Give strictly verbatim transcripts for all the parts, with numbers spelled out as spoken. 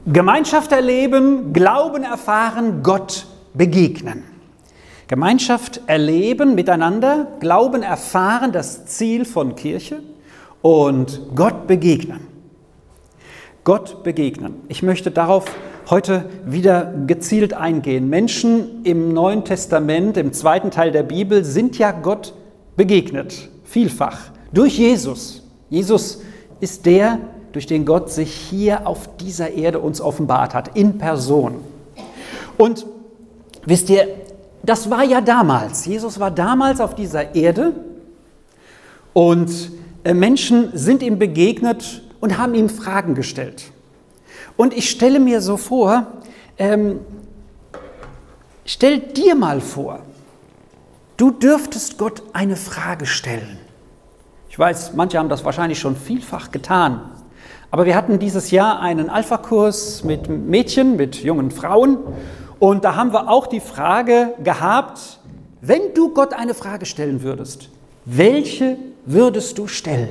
Gemeinschaft erleben, Glauben erfahren, Gott begegnen. Gemeinschaft erleben miteinander, Glauben erfahren, das Ziel von Kirche und Gott begegnen. Gott begegnen. Ich möchte darauf heute wieder gezielt eingehen. Menschen im Neuen Testament, im zweiten Teil der Bibel, sind ja Gott begegnet, vielfach, durch Jesus. Jesus ist der, durch den Gott sich hier auf dieser Erde uns offenbart hat, in Person. Und wisst ihr, das war ja damals. Jesus war damals auf dieser Erde und Menschen sind ihm begegnet und haben ihm Fragen gestellt. Und ich stelle mir so vor, ähm, stell dir mal vor, du dürftest Gott eine Frage stellen. Ich weiß, manche haben das wahrscheinlich schon vielfach getan. Aber wir hatten dieses Jahr einen Alpha-Kurs mit Mädchen, mit jungen Frauen. Und da haben wir auch die Frage gehabt, wenn du Gott eine Frage stellen würdest, welche würdest du stellen?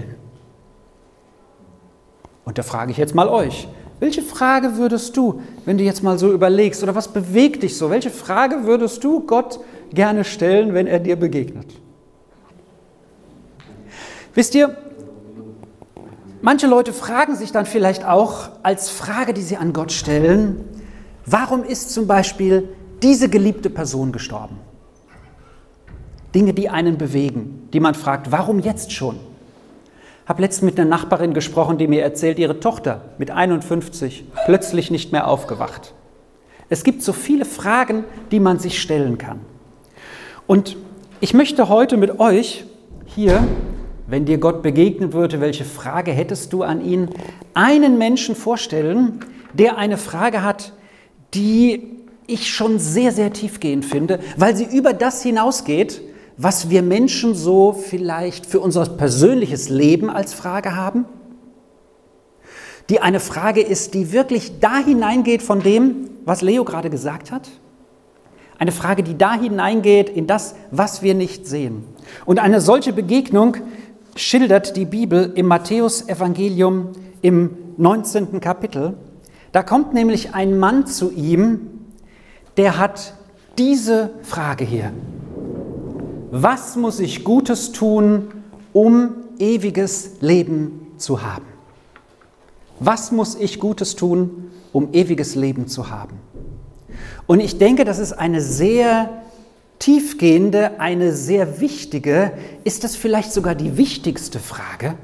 Und da frage ich jetzt mal euch, welche Frage würdest du, wenn du jetzt mal so überlegst, oder was bewegt dich so? Welche Frage würdest du Gott gerne stellen, wenn er dir begegnet? Wisst ihr, manche Leute fragen sich dann vielleicht auch als Frage, die sie an Gott stellen, warum ist zum Beispiel diese geliebte Person gestorben? Dinge, die einen bewegen, die man fragt, warum jetzt schon? Ich habe letztens mit einer Nachbarin gesprochen, die mir erzählt, ihre Tochter mit einundfünfzig plötzlich nicht mehr aufgewacht. Es gibt so viele Fragen, die man sich stellen kann. Und ich möchte heute mit euch hier, wenn dir Gott begegnen würde, welche Frage hättest du an ihn, einen Menschen vorstellen, der eine Frage hat, die ich schon sehr, sehr tiefgehend finde, weil sie über das hinausgeht, was wir Menschen so vielleicht für unser persönliches Leben als Frage haben, die eine Frage ist, die wirklich da hineingeht von dem, was Leo gerade gesagt hat, eine Frage, die da hineingeht in das, was wir nicht sehen. Und eine solche Begegnung schildert die Bibel im Matthäus-Evangelium im neunzehnten Kapitel. Da kommt nämlich ein Mann zu ihm, der hat diese Frage hier. Was muss ich Gutes tun, um ewiges Leben zu haben? Was muss ich Gutes tun, um ewiges Leben zu haben? Und ich denke, das ist eine sehr tiefgehende, eine sehr wichtige, ist das vielleicht sogar die wichtigste Frage?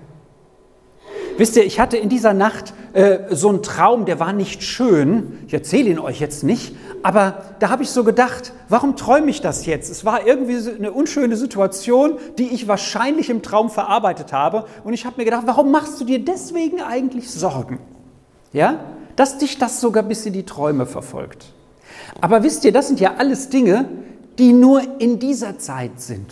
Wisst ihr, ich hatte in dieser Nacht äh, so einen Traum, der war nicht schön. Ich erzähle ihn euch jetzt nicht, aber da habe ich so gedacht, warum träume ich das jetzt? Es war irgendwie eine unschöne Situation, die ich wahrscheinlich im Traum verarbeitet habe. Und ich habe mir gedacht, warum machst du dir deswegen eigentlich Sorgen? Ja, dass dich das sogar bis in die Träume verfolgt. Aber wisst ihr, das sind ja alles Dinge, die nur in dieser Zeit sind.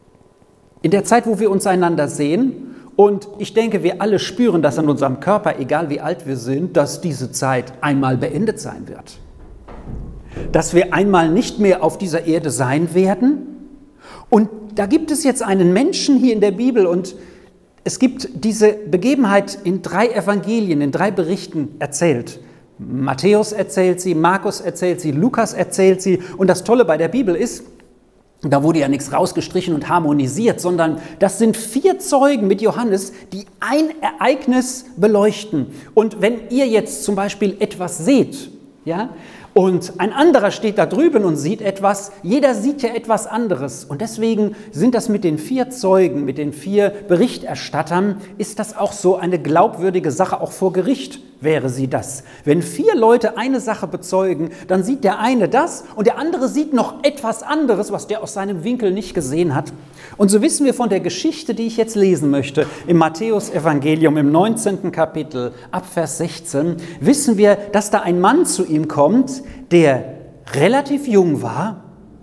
In der Zeit, wo wir uns einander sehen. Und ich denke, wir alle spüren das an unserem Körper, egal wie alt wir sind, dass diese Zeit einmal beendet sein wird. Dass wir einmal nicht mehr auf dieser Erde sein werden. Und da gibt es jetzt einen Menschen hier in der Bibel und es gibt diese Begebenheit in drei Evangelien, in drei Berichten erzählt. Matthäus erzählt sie, Markus erzählt sie, Lukas erzählt sie. Und das Tolle bei der Bibel ist, da wurde ja nichts rausgestrichen und harmonisiert, sondern das sind vier Zeugen mit Johannes, die ein Ereignis beleuchten. Und wenn ihr jetzt zum Beispiel etwas seht, ja, und ein anderer steht da drüben und sieht etwas, jeder sieht ja etwas anderes. Und deswegen sind das mit den vier Zeugen, mit den vier Berichterstattern, ist das auch so eine glaubwürdige Sache, auch vor Gericht wäre sie das. Wenn vier Leute eine Sache bezeugen, dann sieht der eine das und der andere sieht noch etwas anderes, was der aus seinem Winkel nicht gesehen hat. Und so wissen wir von der Geschichte, die ich jetzt lesen möchte, im Matthäus-Evangelium im neunzehnten Kapitel, ab Vers sechzehn, wissen wir, dass da ein Mann zu ihm kommt, der relativ jung war,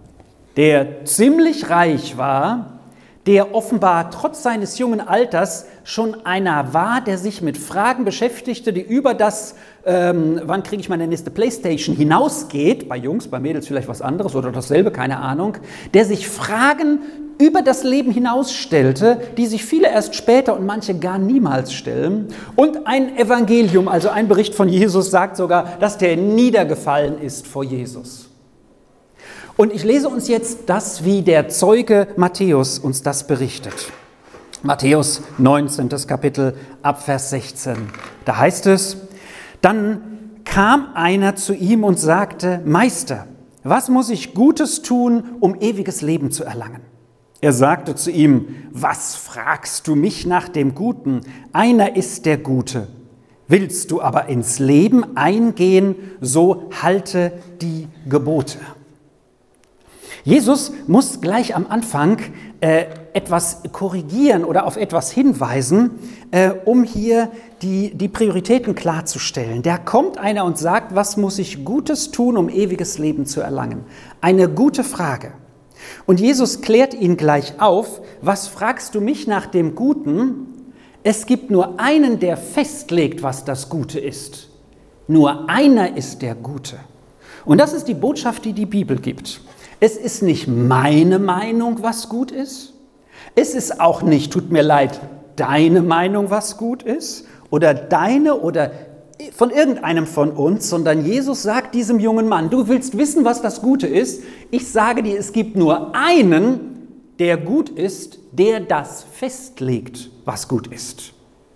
der ziemlich reich war, der offenbar trotz seines jungen Alters schon einer war, der sich mit Fragen beschäftigte, die über das, ähm, wann kriege ich meine nächste Playstation, hinausgeht, bei Jungs, bei Mädels vielleicht was anderes oder dasselbe, keine Ahnung, der sich Fragen über das Leben hinaus stellte, die sich viele erst später und manche gar niemals stellen. Und ein Evangelium, also ein Bericht von Jesus, sagt sogar, dass der niedergefallen ist vor Jesus. Und ich lese uns jetzt das, wie der Zeuge Matthäus uns das berichtet. Matthäus neunzehntes Kapitel ab Vers sechzehn. Da heißt es, dann kam einer zu ihm und sagte, Meister, was muss ich Gutes tun, um ewiges Leben zu erlangen? Er sagte zu ihm, was fragst du mich nach dem Guten? Einer ist der Gute. Willst du aber ins Leben eingehen, so halte die Gebote. Jesus muss gleich am Anfang äh, etwas korrigieren oder auf etwas hinweisen, äh, um hier die, die Prioritäten klarzustellen. Da kommt einer und sagt, was muss ich Gutes tun, um ewiges Leben zu erlangen? Eine gute Frage. Und Jesus klärt ihn gleich auf, was fragst du mich nach dem Guten? Es gibt nur einen, der festlegt, was das Gute ist. Nur einer ist der Gute. Und das ist die Botschaft, die die Bibel gibt. Es ist nicht meine Meinung, was gut ist. Es ist auch nicht, tut mir leid, deine Meinung, was gut ist. Oder deine oder von irgendeinem von uns, sondern Jesus sagt diesem jungen Mann, du willst wissen, was das Gute ist? Ich sage dir, es gibt nur einen, der gut ist, der das festlegt, was gut ist.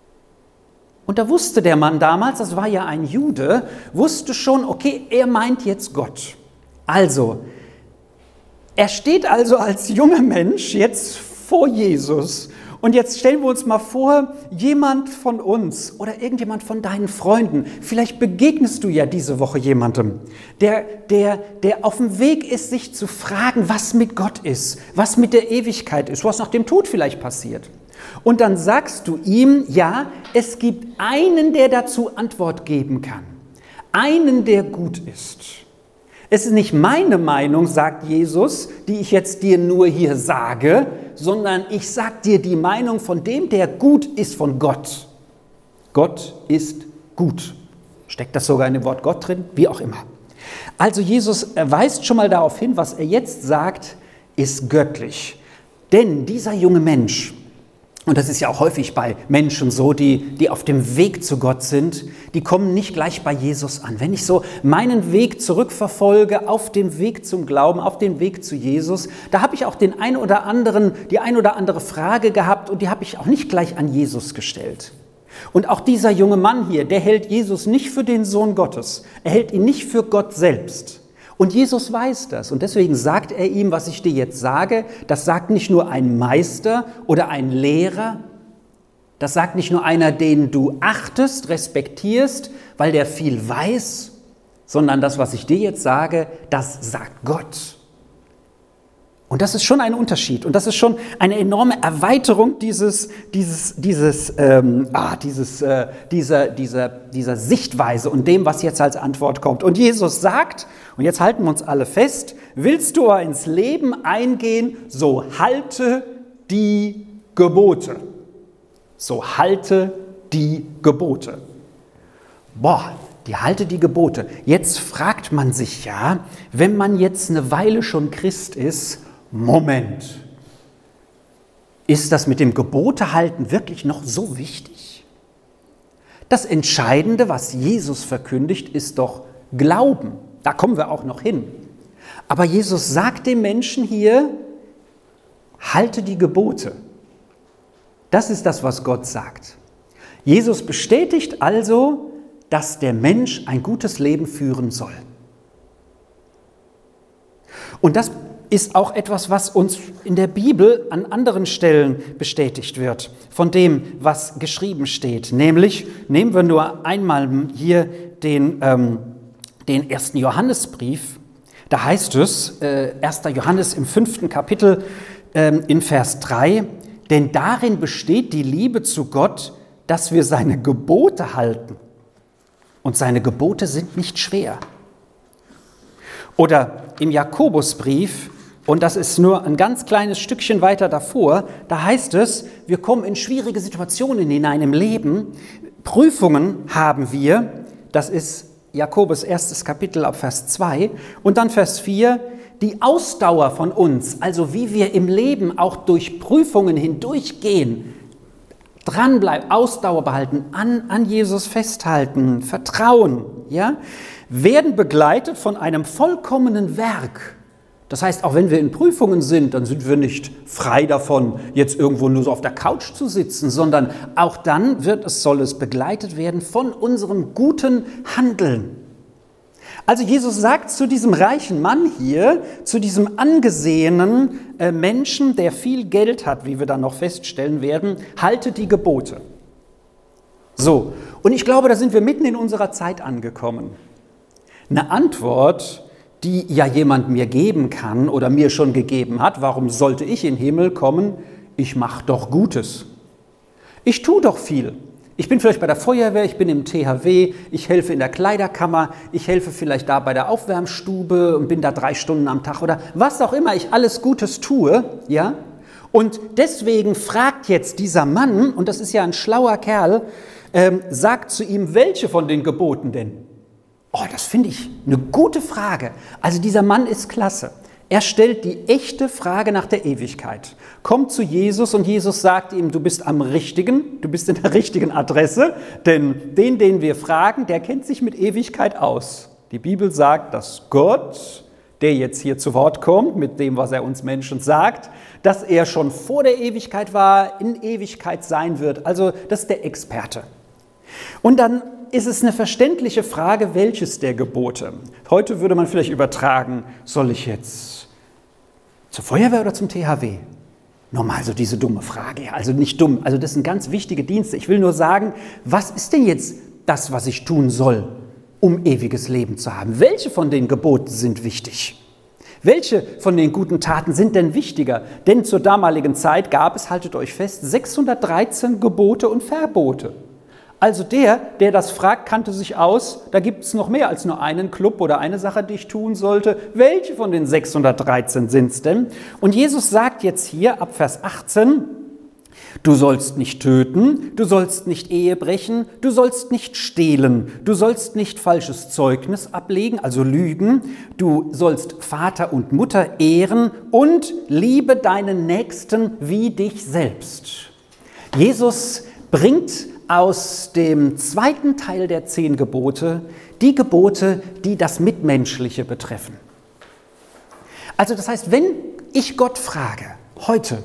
Und da wusste der Mann damals, das war ja ein Jude, wusste schon, okay, er meint jetzt Gott. Also, er steht also als junger Mensch jetzt vor Jesus. Und jetzt stellen wir uns mal vor, jemand von uns oder irgendjemand von deinen Freunden, vielleicht begegnest du ja diese Woche jemandem, der, der, der auf dem Weg ist, sich zu fragen, was mit Gott ist, was mit der Ewigkeit ist, was nach dem Tod vielleicht passiert. Und dann sagst du ihm, ja, es gibt einen, der dazu Antwort geben kann, einen, der gut ist. Es ist nicht meine Meinung, sagt Jesus, die ich jetzt dir nur hier sage, sondern ich sage dir die Meinung von dem, der gut ist, von Gott. Gott ist gut. Steckt das sogar in dem Wort Gott drin? Wie auch immer. Also Jesus weist schon mal darauf hin, was er jetzt sagt, ist göttlich. Denn dieser junge Mensch, und das ist ja auch häufig bei Menschen so, die, die auf dem Weg zu Gott sind, die kommen nicht gleich bei Jesus an. Wenn ich so meinen Weg zurückverfolge, auf dem Weg zum Glauben, auf dem Weg zu Jesus, da habe ich auch den ein oder anderen, die ein oder andere Frage gehabt und die habe ich auch nicht gleich an Jesus gestellt. Und auch dieser junge Mann hier, der hält Jesus nicht für den Sohn Gottes. Er hält ihn nicht für Gott selbst. Und Jesus weiß das und deswegen sagt er ihm, was ich dir jetzt sage, das sagt nicht nur ein Meister oder ein Lehrer, das sagt nicht nur einer, den du achtest, respektierst, weil der viel weiß, sondern das, was ich dir jetzt sage, das sagt Gott. Und das ist schon ein Unterschied und das ist schon eine enorme Erweiterung dieses, dieses, dieses, ähm, ah, dieses, äh, dieser, dieser, dieser Sichtweise und dem, was jetzt als Antwort kommt. Und Jesus sagt, und jetzt halten wir uns alle fest, willst du ins Leben eingehen, so halte die Gebote. So halte die Gebote. Boah, die halte die Gebote. Jetzt fragt man sich ja, wenn man jetzt eine Weile schon Christ ist, Moment, ist das mit dem Gebotehalten wirklich noch so wichtig? Das Entscheidende, was Jesus verkündigt, ist doch Glauben. Da kommen wir auch noch hin. Aber Jesus sagt dem Menschen hier, halte die Gebote. Das ist das, was Gott sagt. Jesus bestätigt also, dass der Mensch ein gutes Leben führen soll. Und das ist auch etwas, was uns in der Bibel an anderen Stellen bestätigt wird, von dem, was geschrieben steht. Nämlich, nehmen wir nur einmal hier den, ähm, den ersten Johannesbrief. Da heißt es, äh, erster Johannes im fünften Kapitel ähm, in Vers drei, denn darin besteht die Liebe zu Gott, dass wir seine Gebote halten. Und seine Gebote sind nicht schwer. Oder im Jakobusbrief, und das ist nur ein ganz kleines Stückchen weiter davor, da heißt es, wir kommen in schwierige Situationen hinein im Leben. Prüfungen haben wir, das ist Jakobus erstes Kapitel ab Vers zwei und dann Vers vier, die Ausdauer von uns, also wie wir im Leben auch durch Prüfungen hindurchgehen, dranbleiben, Ausdauer behalten, an, an Jesus festhalten, vertrauen, ja, werden begleitet von einem vollkommenen Werk. Das heißt, auch wenn wir in Prüfungen sind, dann sind wir nicht frei davon, jetzt irgendwo nur so auf der Couch zu sitzen, sondern auch dann wird es, soll es begleitet werden von unserem guten Handeln. Also Jesus sagt zu diesem reichen Mann hier, zu diesem angesehenen äh, Menschen, der viel Geld hat, wie wir dann noch feststellen werden, halte die Gebote. So, und ich glaube, da sind wir mitten in unserer Zeit angekommen. Eine Antwort, die ja jemand mir geben kann oder mir schon gegeben hat, warum sollte ich in den Himmel kommen? Ich mache doch Gutes. Ich tue doch viel. Ich bin vielleicht bei der Feuerwehr, ich bin im T H W, ich helfe in der Kleiderkammer, ich helfe vielleicht da bei der Aufwärmstube und bin da drei Stunden am Tag oder was auch immer ich alles Gutes tue, ja? Und deswegen fragt jetzt dieser Mann, und das ist ja ein schlauer Kerl, ähm, sagt zu ihm, welche von den Geboten denn? Oh, das finde ich eine gute Frage. Also dieser Mann ist klasse. Er stellt die echte Frage nach der Ewigkeit. Kommt zu Jesus und Jesus sagt ihm, du bist am richtigen, du bist in der richtigen Adresse, denn den, den wir fragen, der kennt sich mit Ewigkeit aus. Die Bibel sagt, dass Gott, der jetzt hier zu Wort kommt, mit dem, was er uns Menschen sagt, dass er schon vor der Ewigkeit war, in Ewigkeit sein wird. Also das ist der Experte. Und dann ist es eine verständliche Frage, welches der Gebote. Heute würde man vielleicht übertragen, soll ich jetzt zur Feuerwehr oder zum T H W? Nochmal so diese dumme Frage, ja, also nicht dumm, also das sind ganz wichtige Dienste. Ich will nur sagen, was ist denn jetzt das, was ich tun soll, um ewiges Leben zu haben? Welche von den Geboten sind wichtig? Welche von den guten Taten sind denn wichtiger? Denn zur damaligen Zeit gab es, haltet euch fest, sechshundertdreizehn Gebote und Verbote. Also der, der das fragt, kannte sich aus, da gibt es noch mehr als nur einen Club oder eine Sache, die ich tun sollte. Welche von den sechshundertdreizehn sind es denn? Und Jesus sagt jetzt hier ab Vers achtzehn, du sollst nicht töten, du sollst nicht Ehe brechen, du sollst nicht stehlen, du sollst nicht falsches Zeugnis ablegen, also lügen, du sollst Vater und Mutter ehren und liebe deinen Nächsten wie dich selbst. Jesus bringt aus dem zweiten Teil der zehn Gebote die Gebote, die das Mitmenschliche betreffen. Also das heißt, wenn ich Gott frage, heute,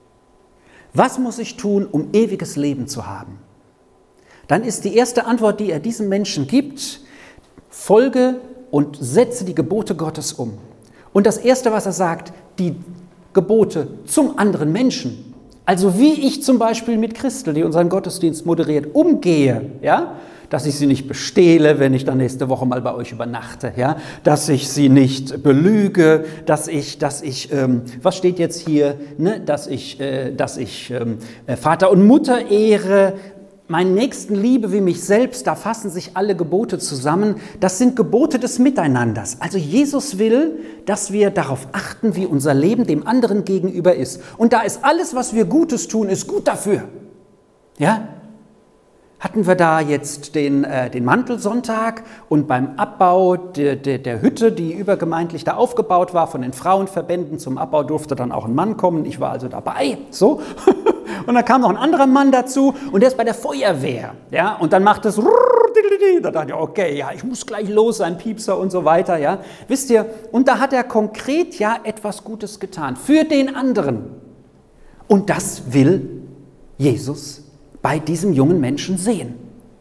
was muss ich tun, um ewiges Leben zu haben? Dann ist die erste Antwort, die er diesem Menschen gibt, folge und setze die Gebote Gottes um. Und das Erste, was er sagt, die Gebote zum anderen Menschen. Also wie ich zum Beispiel mit Christel, die unseren Gottesdienst moderiert, umgehe, ja, dass ich sie nicht bestehle, wenn ich dann nächste Woche mal bei euch übernachte, ja, dass ich sie nicht belüge, dass ich, dass ich, ähm, was steht jetzt hier, ne, dass ich, äh, dass ich ähm, Vater und Mutter ehre, meinen Nächsten liebe wie mich selbst, da fassen sich alle Gebote zusammen. Das sind Gebote des Miteinanders. Also Jesus will, dass wir darauf achten, wie unser Leben dem anderen gegenüber ist. Und da ist alles, was wir Gutes tun, ist gut dafür. Ja? Hatten wir da jetzt den, äh, den Mantelsonntag und beim Abbau der, der, der Hütte, die übergemeindlich da aufgebaut war von den Frauenverbänden, zum Abbau durfte dann auch ein Mann kommen. Ich war also dabei, so. Und dann kam noch ein anderer Mann dazu und der ist bei der Feuerwehr. Ja? Und dann macht es, da dachte ich, okay, ja, ich muss gleich los sein, Piepser und so weiter. Ja? Wisst ihr, und da hat er konkret ja etwas Gutes getan für den anderen. Und das will Jesus bei diesem jungen Menschen sehen.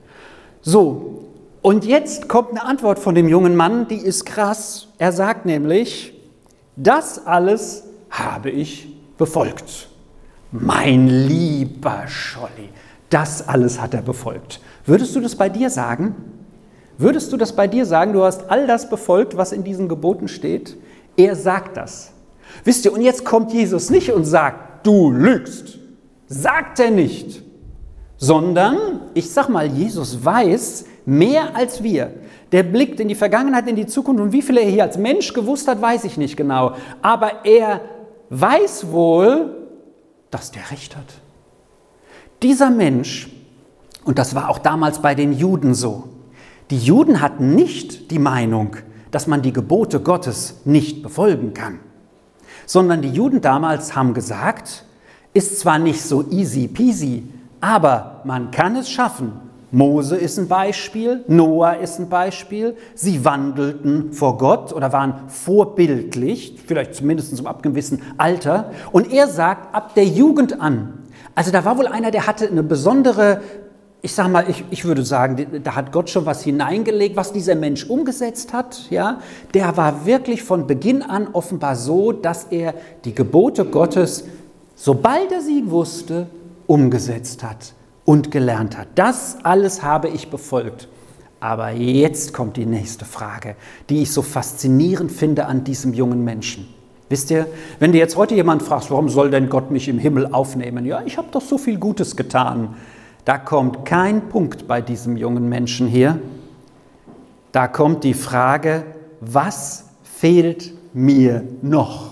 So, und jetzt kommt eine Antwort von dem jungen Mann, die ist krass. Er sagt nämlich, das alles habe ich befolgt. Mein lieber Scholli, das alles hat er befolgt. Würdest du das bei dir sagen? Würdest du das bei dir sagen, du hast all das befolgt, was in diesen Geboten steht? Er sagt das. Wisst ihr, und jetzt kommt Jesus nicht und sagt, du lügst. Sagt er nicht. Sondern, ich sag mal, Jesus weiß mehr als wir. Der blickt in die Vergangenheit, in die Zukunft und wie viel er hier als Mensch gewusst hat, weiß ich nicht genau. Aber er weiß wohl, dass der recht hat. Dieser Mensch, und das war auch damals bei den Juden so, die Juden hatten nicht die Meinung, dass man die Gebote Gottes nicht befolgen kann, sondern die Juden damals haben gesagt, ist zwar nicht so easy peasy, aber man kann es schaffen. Mose ist ein Beispiel, Noah ist ein Beispiel. Sie wandelten vor Gott oder waren vorbildlich, vielleicht zumindest im abgewissen Alter. Und er sagt, ab der Jugend an, also da war wohl einer, der hatte eine besondere, ich sage mal, ich, ich würde sagen, da hat Gott schon was hineingelegt, was dieser Mensch umgesetzt hat. Ja? Der war wirklich von Beginn an offenbar so, dass er die Gebote Gottes, sobald er sie wusste, umgesetzt hat und gelernt hat. Das alles habe ich befolgt. Aber jetzt kommt die nächste Frage, die ich so faszinierend finde an diesem jungen Menschen. Wisst ihr, wenn du jetzt heute jemand fragst, warum soll denn Gott mich im Himmel aufnehmen? Ja, ich habe doch so viel Gutes getan. Da kommt kein Punkt bei diesem jungen Menschen hier. Da kommt die Frage, was fehlt mir noch?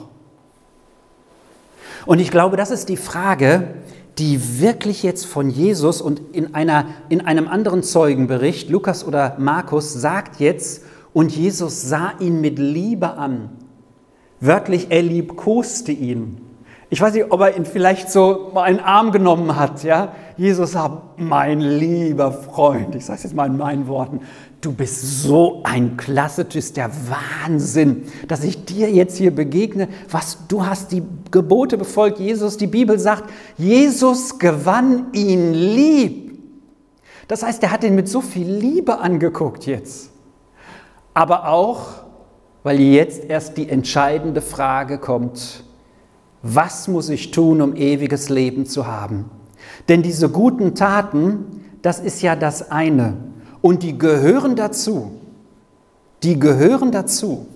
Und ich glaube, das ist die Frage, die wirklich jetzt von Jesus und in, einer, in einem anderen Zeugenbericht, Lukas oder Markus, sagt jetzt, und Jesus sah ihn mit Liebe an. Wörtlich, er liebkoste ihn. Ich weiß nicht, ob er ihn vielleicht so mal einen Arm genommen hat. Ja? Jesus sagt, mein lieber Freund, ich sage es jetzt mal in meinen Worten, du bist so ein klasse, das ist der Wahnsinn, dass ich dir jetzt hier begegne. Was, du hast die Gebote befolgt, Jesus. Die Bibel sagt, Jesus gewann ihn lieb. Das heißt, er hat ihn mit so viel Liebe angeguckt jetzt. Aber auch, weil jetzt erst die entscheidende Frage kommt, was muss ich tun, um ewiges Leben zu haben? Denn diese guten Taten, das ist ja das eine. Und die gehören dazu. Die gehören dazu.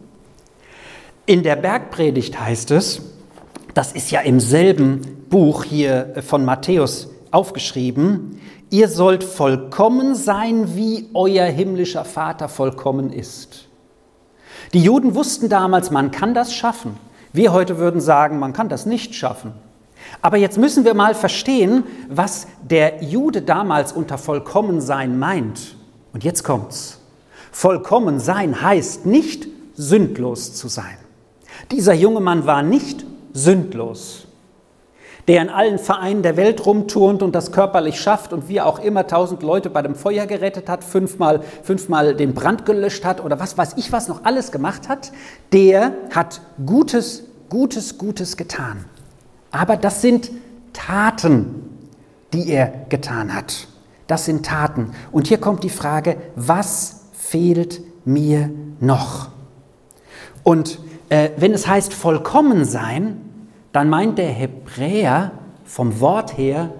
In der Bergpredigt heißt es, das ist ja im selben Buch hier von Matthäus aufgeschrieben, ihr sollt vollkommen sein, wie euer himmlischer Vater vollkommen ist. Die Juden wussten damals, man kann das schaffen. Wir heute würden sagen, man kann das nicht schaffen. Aber jetzt müssen wir mal verstehen, was der Jude damals unter Vollkommensein meint. Und jetzt kommt's. Vollkommen sein heißt nicht, sündlos zu sein. Dieser junge Mann war nicht sündlos, der in allen Vereinen der Welt rumturnt und das körperlich schafft und wie auch immer tausend Leute bei dem Feuer gerettet hat, fünfmal, fünfmal den Brand gelöscht hat oder was weiß ich, was noch alles gemacht hat. Der hat Gutes, Gutes, Gutes getan. Aber das sind Taten, die er getan hat. Das sind Taten. Und hier kommt die Frage, was fehlt mir noch? Und äh, wenn es heißt vollkommen sein, dann meint der Hebräer vom Wort her,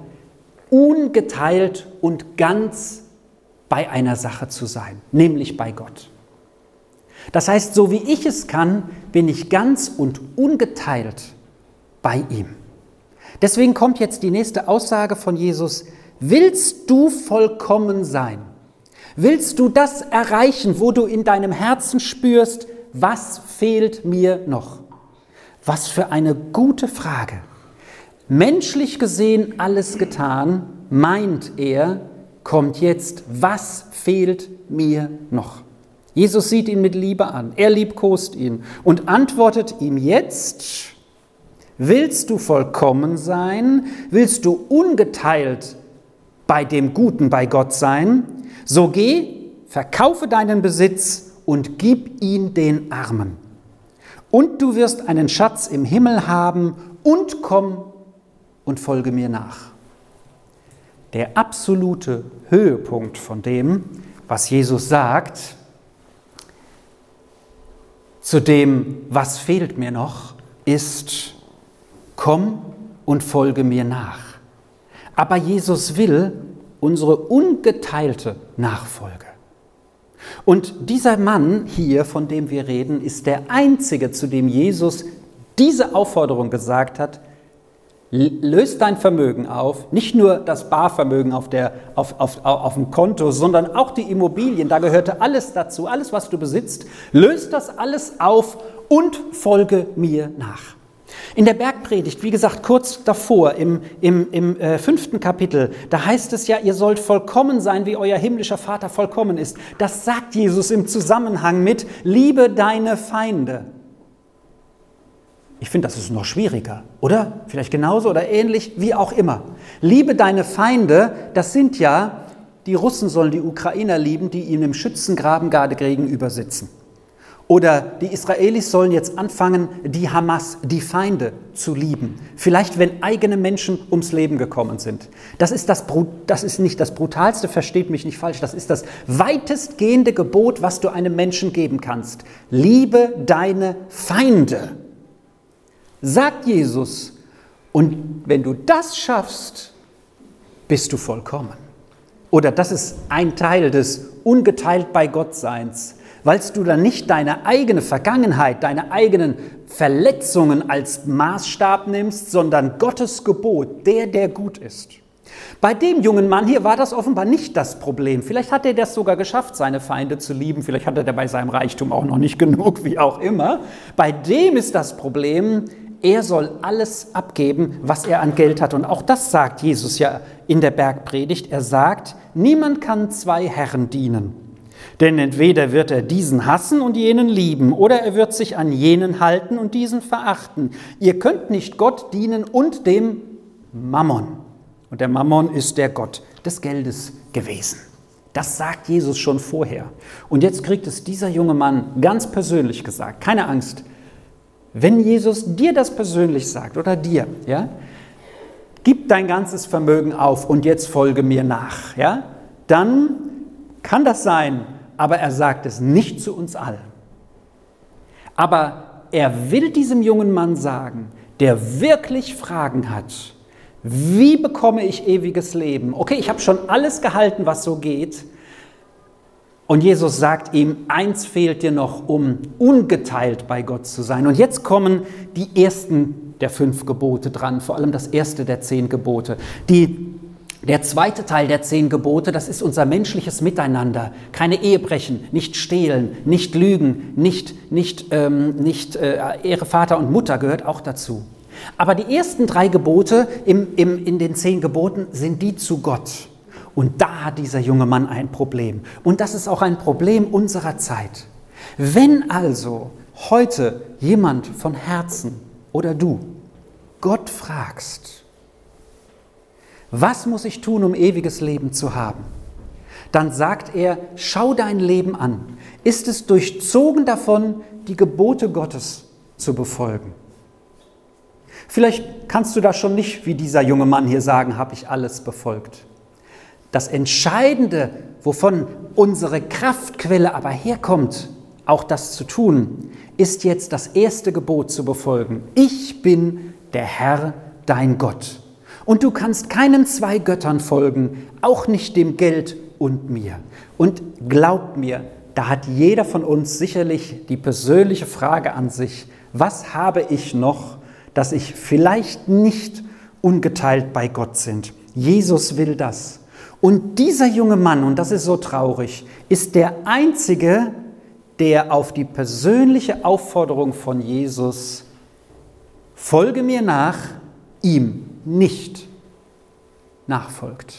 ungeteilt und ganz bei einer Sache zu sein, nämlich bei Gott. Das heißt, so wie ich es kann, bin ich ganz und ungeteilt bei ihm. Deswegen kommt jetzt die nächste Aussage von Jesus, willst du vollkommen sein? Willst du das erreichen, wo du in deinem Herzen spürst, was fehlt mir noch? Was für eine gute Frage. Menschlich gesehen alles getan, meint er, kommt jetzt, was fehlt mir noch? Jesus sieht ihn mit Liebe an, er liebkost ihn und antwortet ihm jetzt, willst du vollkommen sein, willst du ungeteilt bei dem Guten bei Gott sein, so geh, verkaufe deinen Besitz und gib ihn den Armen. Und du wirst einen Schatz im Himmel haben und komm und folge mir nach. Der absolute Höhepunkt von dem, was Jesus sagt, zu dem, was fehlt mir noch, ist, komm und folge mir nach. Aber Jesus will unsere ungeteilte Nachfolge. Und dieser Mann hier, von dem wir reden, ist der einzige, zu dem Jesus diese Aufforderung gesagt hat, löst dein Vermögen auf, nicht nur das Barvermögen auf, der, auf, auf, auf dem Konto, sondern auch die Immobilien, da gehörte alles dazu, alles, was du besitzt, löst das alles auf und folge mir nach. In der Bergpredigt Bergpredigt, wie gesagt, kurz davor, im, im, im äh, fünften Kapitel, da heißt es ja, ihr sollt vollkommen sein, wie euer himmlischer Vater vollkommen ist. Das sagt Jesus im Zusammenhang mit, liebe deine Feinde. Ich finde, das ist noch schwieriger, oder? Vielleicht genauso oder ähnlich, wie auch immer. Liebe deine Feinde, das sind ja, die Russen sollen die Ukrainer lieben, die ihnen im Schützengraben gerade gegenüber sitzen. Oder die Israelis sollen jetzt anfangen, die Hamas, die Feinde, zu lieben. Vielleicht, wenn eigene Menschen ums Leben gekommen sind. Das ist, das, das ist nicht das Brutalste, versteht mich nicht falsch, das ist das weitestgehende Gebot, was du einem Menschen geben kannst. Liebe deine Feinde, sagt Jesus. Und wenn du das schaffst, bist du vollkommen. Oder das ist ein Teil des ungeteilt bei Gott Seins. Weil du dann nicht deine eigene Vergangenheit, deine eigenen Verletzungen als Maßstab nimmst, sondern Gottes Gebot, der, der gut ist. Bei dem jungen Mann hier war das offenbar nicht das Problem. Vielleicht hat er das sogar geschafft, seine Feinde zu lieben. Vielleicht hatte er bei seinem Reichtum auch noch nicht genug, wie auch immer. Bei dem ist das Problem, er soll alles abgeben, was er an Geld hat. Und auch das sagt Jesus ja in der Bergpredigt. Er sagt, niemand kann zwei Herren dienen. Denn entweder wird er diesen hassen und jenen lieben, oder er wird sich an jenen halten und diesen verachten. Ihr könnt nicht Gott dienen und dem Mammon. Und der Mammon ist der Gott des Geldes gewesen. Das sagt Jesus schon vorher. Und jetzt kriegt es dieser junge Mann ganz persönlich gesagt. Keine Angst. Wenn Jesus dir das persönlich sagt, oder dir, ja, gib dein ganzes Vermögen auf und jetzt folge mir nach, ja, dann kann das sein, aber er sagt es nicht zu uns allen. Aber er will diesem jungen Mann sagen, der wirklich Fragen hat, wie bekomme ich ewiges Leben? Okay, ich habe schon alles gehalten, was so geht. Und Jesus sagt ihm, eins fehlt dir noch, um ungeteilt bei Gott zu sein. Und jetzt kommen die ersten der fünf Gebote dran, vor allem das erste der zehn Gebote. Die Der zweite Teil der zehn Gebote, das ist unser menschliches Miteinander. Keine Ehe brechen, nicht stehlen, nicht lügen, nicht, nicht, ähm, nicht äh, Ehre Vater und Mutter gehört auch dazu. Aber die ersten drei Gebote im, im, in den zehn Geboten sind die zu Gott. Und da hat dieser junge Mann ein Problem. Und das ist auch ein Problem unserer Zeit. Wenn also heute jemand von Herzen oder du Gott fragst, was muss ich tun, um ewiges Leben zu haben? Dann sagt er, schau dein Leben an. Ist es durchzogen davon, die Gebote Gottes zu befolgen? Vielleicht kannst du das schon nicht, wie dieser junge Mann hier sagen, habe ich alles befolgt. Das Entscheidende, wovon unsere Kraftquelle aber herkommt, auch das zu tun, ist jetzt das erste Gebot zu befolgen. Ich bin der Herr, dein Gott. Und du kannst keinen zwei Göttern folgen, auch nicht dem Geld und mir. Und glaub mir, da hat jeder von uns sicherlich die persönliche Frage an sich, was habe ich noch, dass ich vielleicht nicht ungeteilt bei Gott sind? Jesus will das. Und dieser junge Mann, und das ist so traurig, ist der Einzige, der auf die persönliche Aufforderung von Jesus, folge mir nach, ihm nicht nachfolgt.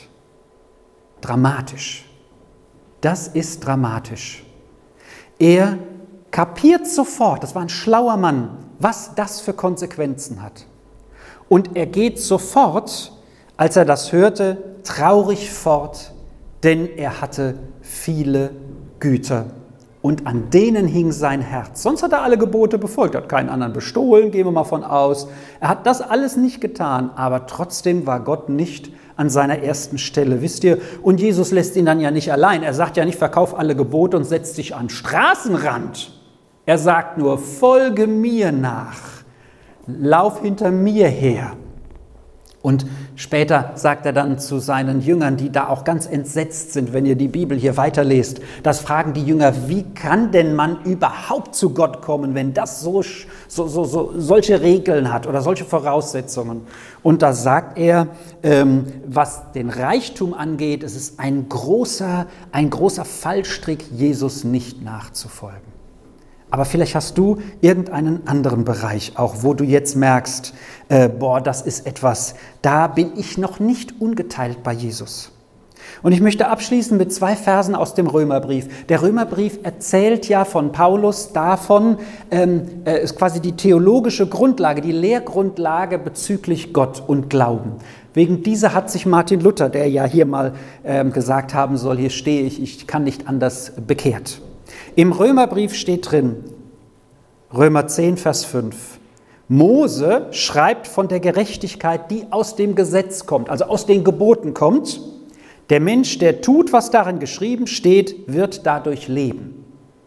Dramatisch. Das ist dramatisch. Er kapiert sofort, das war ein schlauer Mann, was das für Konsequenzen hat. Und er geht sofort, als er das hörte, traurig fort, denn er hatte viele Güter. Und an denen hing sein Herz. Sonst hat er alle Gebote befolgt, er hat keinen anderen bestohlen, gehen wir mal von aus. Er hat das alles nicht getan, aber trotzdem war Gott nicht an seiner ersten Stelle, wisst ihr? Und Jesus lässt ihn dann ja nicht allein. Er sagt ja nicht, verkauf alle Gebote und setz dich an den Straßenrand. Er sagt nur, folge mir nach, lauf hinter mir her. Und später sagt er dann zu seinen Jüngern, die da auch ganz entsetzt sind, wenn ihr die Bibel hier weiterlest, das fragen die Jünger, wie kann denn man überhaupt zu Gott kommen, wenn das so, so, so, so solche Regeln hat oder solche Voraussetzungen? Und da sagt er, ähm, was den Reichtum angeht, es ist ein großer, ein großer Fallstrick, Jesus nicht nachzufolgen. Aber vielleicht hast du irgendeinen anderen Bereich auch, wo du jetzt merkst, äh, boah, das ist etwas, da bin ich noch nicht ungeteilt bei Jesus. Und ich möchte abschließen mit zwei Versen aus dem Römerbrief. Der Römerbrief erzählt ja von Paulus davon, ähm, äh, ist quasi die theologische Grundlage, die Lehrgrundlage bezüglich Gott und Glauben. Wegen dieser hat sich Martin Luther, der ja hier mal ähm, gesagt haben soll, hier stehe ich, ich kann nicht anders, bekehrt. Im Römerbrief steht drin, Römer zehn, Vers fünf, Mose schreibt von der Gerechtigkeit, die aus dem Gesetz kommt, also aus den Geboten kommt. Der Mensch, der tut, was darin geschrieben steht, wird dadurch leben.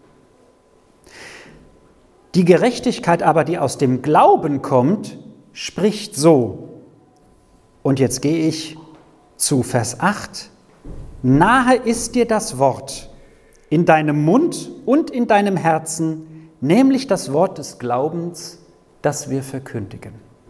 Die Gerechtigkeit aber, die aus dem Glauben kommt, spricht so. Und jetzt gehe ich zu Vers acht. Nahe ist dir das Wort in deinem Mund und in deinem Herzen, nämlich das Wort des Glaubens, das wir verkündigen.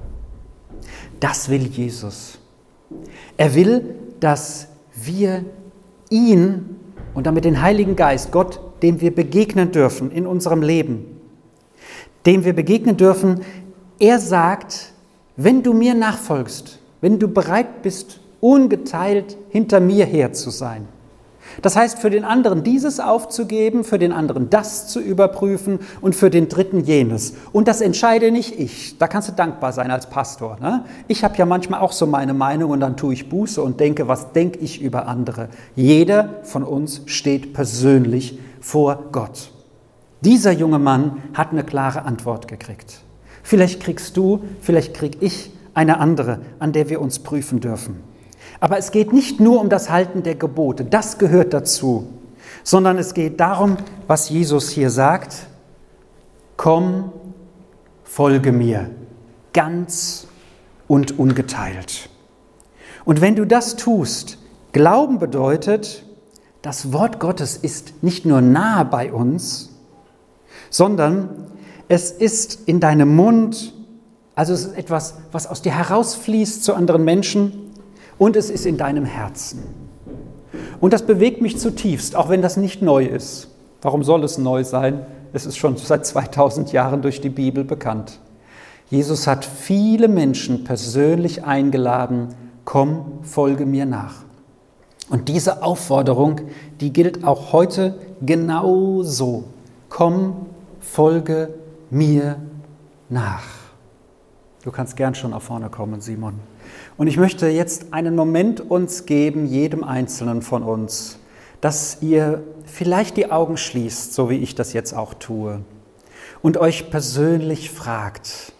Das will Jesus. Er will, dass wir ihn und damit den Heiligen Geist, Gott, dem wir begegnen dürfen in unserem Leben, dem wir begegnen dürfen, er sagt, wenn du mir nachfolgst, wenn du bereit bist, ungeteilt hinter mir her zu sein. Das heißt, für den anderen dieses aufzugeben, für den anderen das zu überprüfen und für den dritten jenes. Und das entscheide nicht ich. Da kannst du dankbar sein als Pastor. Ne? Ich habe ja manchmal auch so meine Meinung und dann tue ich Buße und denke, was denke ich über andere. Jeder von uns steht persönlich vor Gott. Dieser junge Mann hat eine klare Antwort gekriegt. Vielleicht kriegst du, vielleicht krieg ich eine andere, an der wir uns prüfen dürfen. Aber es geht nicht nur um das Halten der Gebote, das gehört dazu, sondern es geht darum, was Jesus hier sagt, komm, folge mir, ganz und ungeteilt. Und wenn du das tust, Glauben bedeutet, das Wort Gottes ist nicht nur nahe bei uns, sondern es ist in deinem Mund, also es ist etwas, was aus dir herausfließt zu anderen Menschen, und es ist in deinem Herzen. Und das bewegt mich zutiefst, auch wenn das nicht neu ist. Warum soll es neu sein? Es ist schon seit zweitausend Jahren durch die Bibel bekannt. Jesus hat viele Menschen persönlich eingeladen, komm, folge mir nach. Und diese Aufforderung, die gilt auch heute genauso. Komm, folge mir nach. Du kannst gern schon nach vorne kommen, Simon. Und ich möchte jetzt einen Moment uns geben, jedem Einzelnen von uns, dass ihr vielleicht die Augen schließt, so wie ich das jetzt auch tue, und euch persönlich fragt,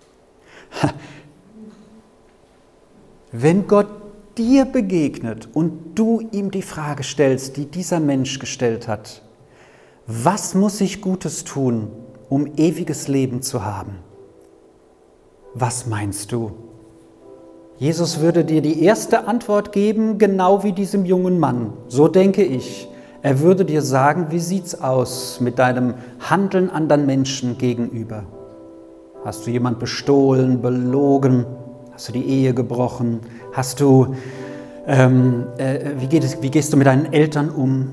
wenn Gott dir begegnet und du ihm die Frage stellst, die dieser Mensch gestellt hat, was muss ich Gutes tun, um ewiges Leben zu haben? Was meinst du? Jesus würde dir die erste Antwort geben, genau wie diesem jungen Mann. So denke ich. Er würde dir sagen, wie sieht's aus mit deinem Handeln anderen Menschen gegenüber? Hast du jemand bestohlen, belogen? Hast du die Ehe gebrochen? Hast du, ähm, äh, wie, geht es, wie gehst du mit deinen Eltern um?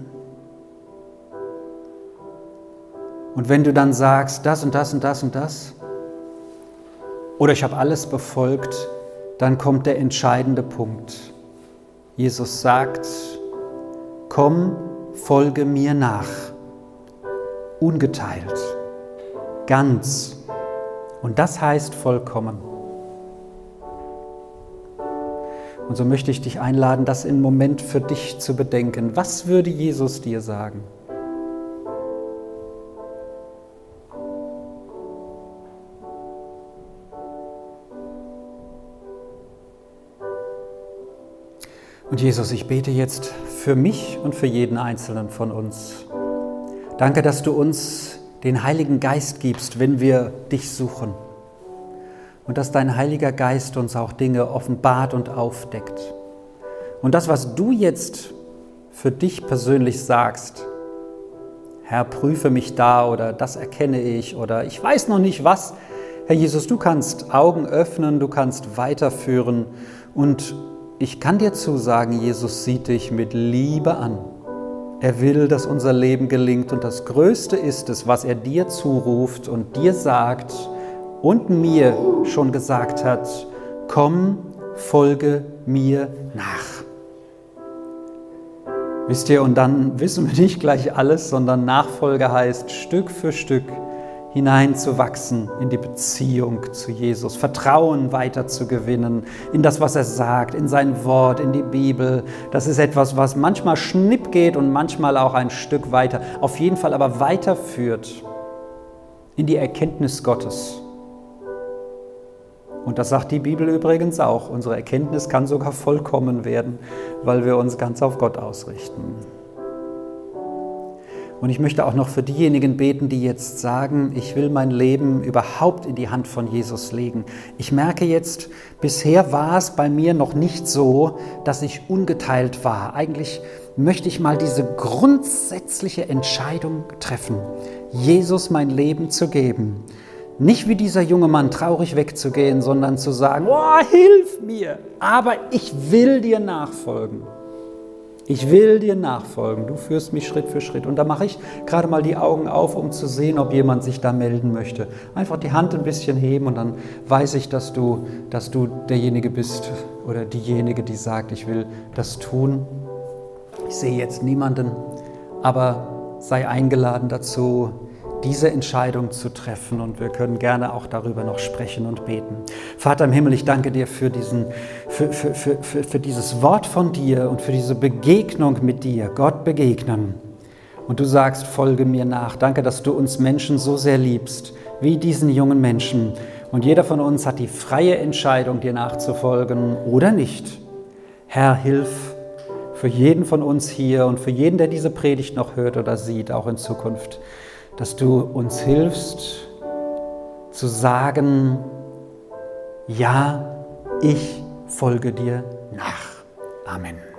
Und wenn du dann sagst, das und das und das und das, oder ich habe alles befolgt, dann kommt der entscheidende Punkt. Jesus sagt, komm, folge mir nach, ungeteilt, ganz. Und das heißt vollkommen. Und so möchte ich dich einladen, das im Moment für dich zu bedenken. Was würde Jesus dir sagen? Und Jesus, ich bete jetzt für mich und für jeden Einzelnen von uns. Danke, dass du uns den Heiligen Geist gibst, wenn wir dich suchen. Und dass dein Heiliger Geist uns auch Dinge offenbart und aufdeckt. Und das, was du jetzt für dich persönlich sagst, Herr, prüfe mich da oder das erkenne ich oder ich weiß noch nicht was. Herr Jesus, du kannst Augen öffnen, du kannst weiterführen und ich kann dir zusagen, Jesus sieht dich mit Liebe an Er will, dass unser Leben gelingt und das Größte ist es, was er dir zuruft und dir sagt und mir schon gesagt hat, komm, folge mir nach. Wisst ihr, und dann wissen wir nicht gleich alles, sondern Nachfolge heißt, Stück für Stück hineinzuwachsen in die Beziehung zu Jesus, Vertrauen weiter zu gewinnen in das, was er sagt, in sein Wort, in die Bibel. Das ist etwas, was manchmal schnipp geht und manchmal auch ein Stück weiter, auf jeden Fall aber weiterführt in die Erkenntnis Gottes. Und das sagt die Bibel übrigens auch. Unsere Erkenntnis kann sogar vollkommen werden, weil wir uns ganz auf Gott ausrichten. Und ich möchte auch noch für diejenigen beten, die jetzt sagen, ich will mein Leben überhaupt in die Hand von Jesus legen. Ich merke jetzt, bisher war es bei mir noch nicht so, dass ich ungeteilt war. Eigentlich möchte ich mal diese grundsätzliche Entscheidung treffen, Jesus mein Leben zu geben. Nicht wie dieser junge Mann traurig wegzugehen, sondern zu sagen, oh, hilf mir, aber ich will dir nachfolgen. Ich will dir nachfolgen, du führst mich Schritt für Schritt. Und da mache ich gerade mal die Augen auf, um zu sehen, ob jemand sich da melden möchte. Einfach die Hand ein bisschen heben und dann weiß ich, dass du, dass du derjenige bist oder diejenige, die sagt, ich will das tun. Ich sehe jetzt niemanden, aber sei eingeladen dazu, diese Entscheidung zu treffen und wir können gerne auch darüber noch sprechen und beten. Vater im Himmel, ich danke dir für, diesen, für, für, für, für, für dieses Wort von dir und für diese Begegnung mit dir, Gott begegnen. Und du sagst, folge mir nach. Danke, dass du uns Menschen so sehr liebst, wie diesen jungen Menschen. Und jeder von uns hat die freie Entscheidung, dir nachzufolgen oder nicht. Herr, hilf für jeden von uns hier und für jeden, der diese Predigt noch hört oder sieht, auch in Zukunft, dass du uns hilfst, zu sagen, ja, ich folge dir nach. Amen.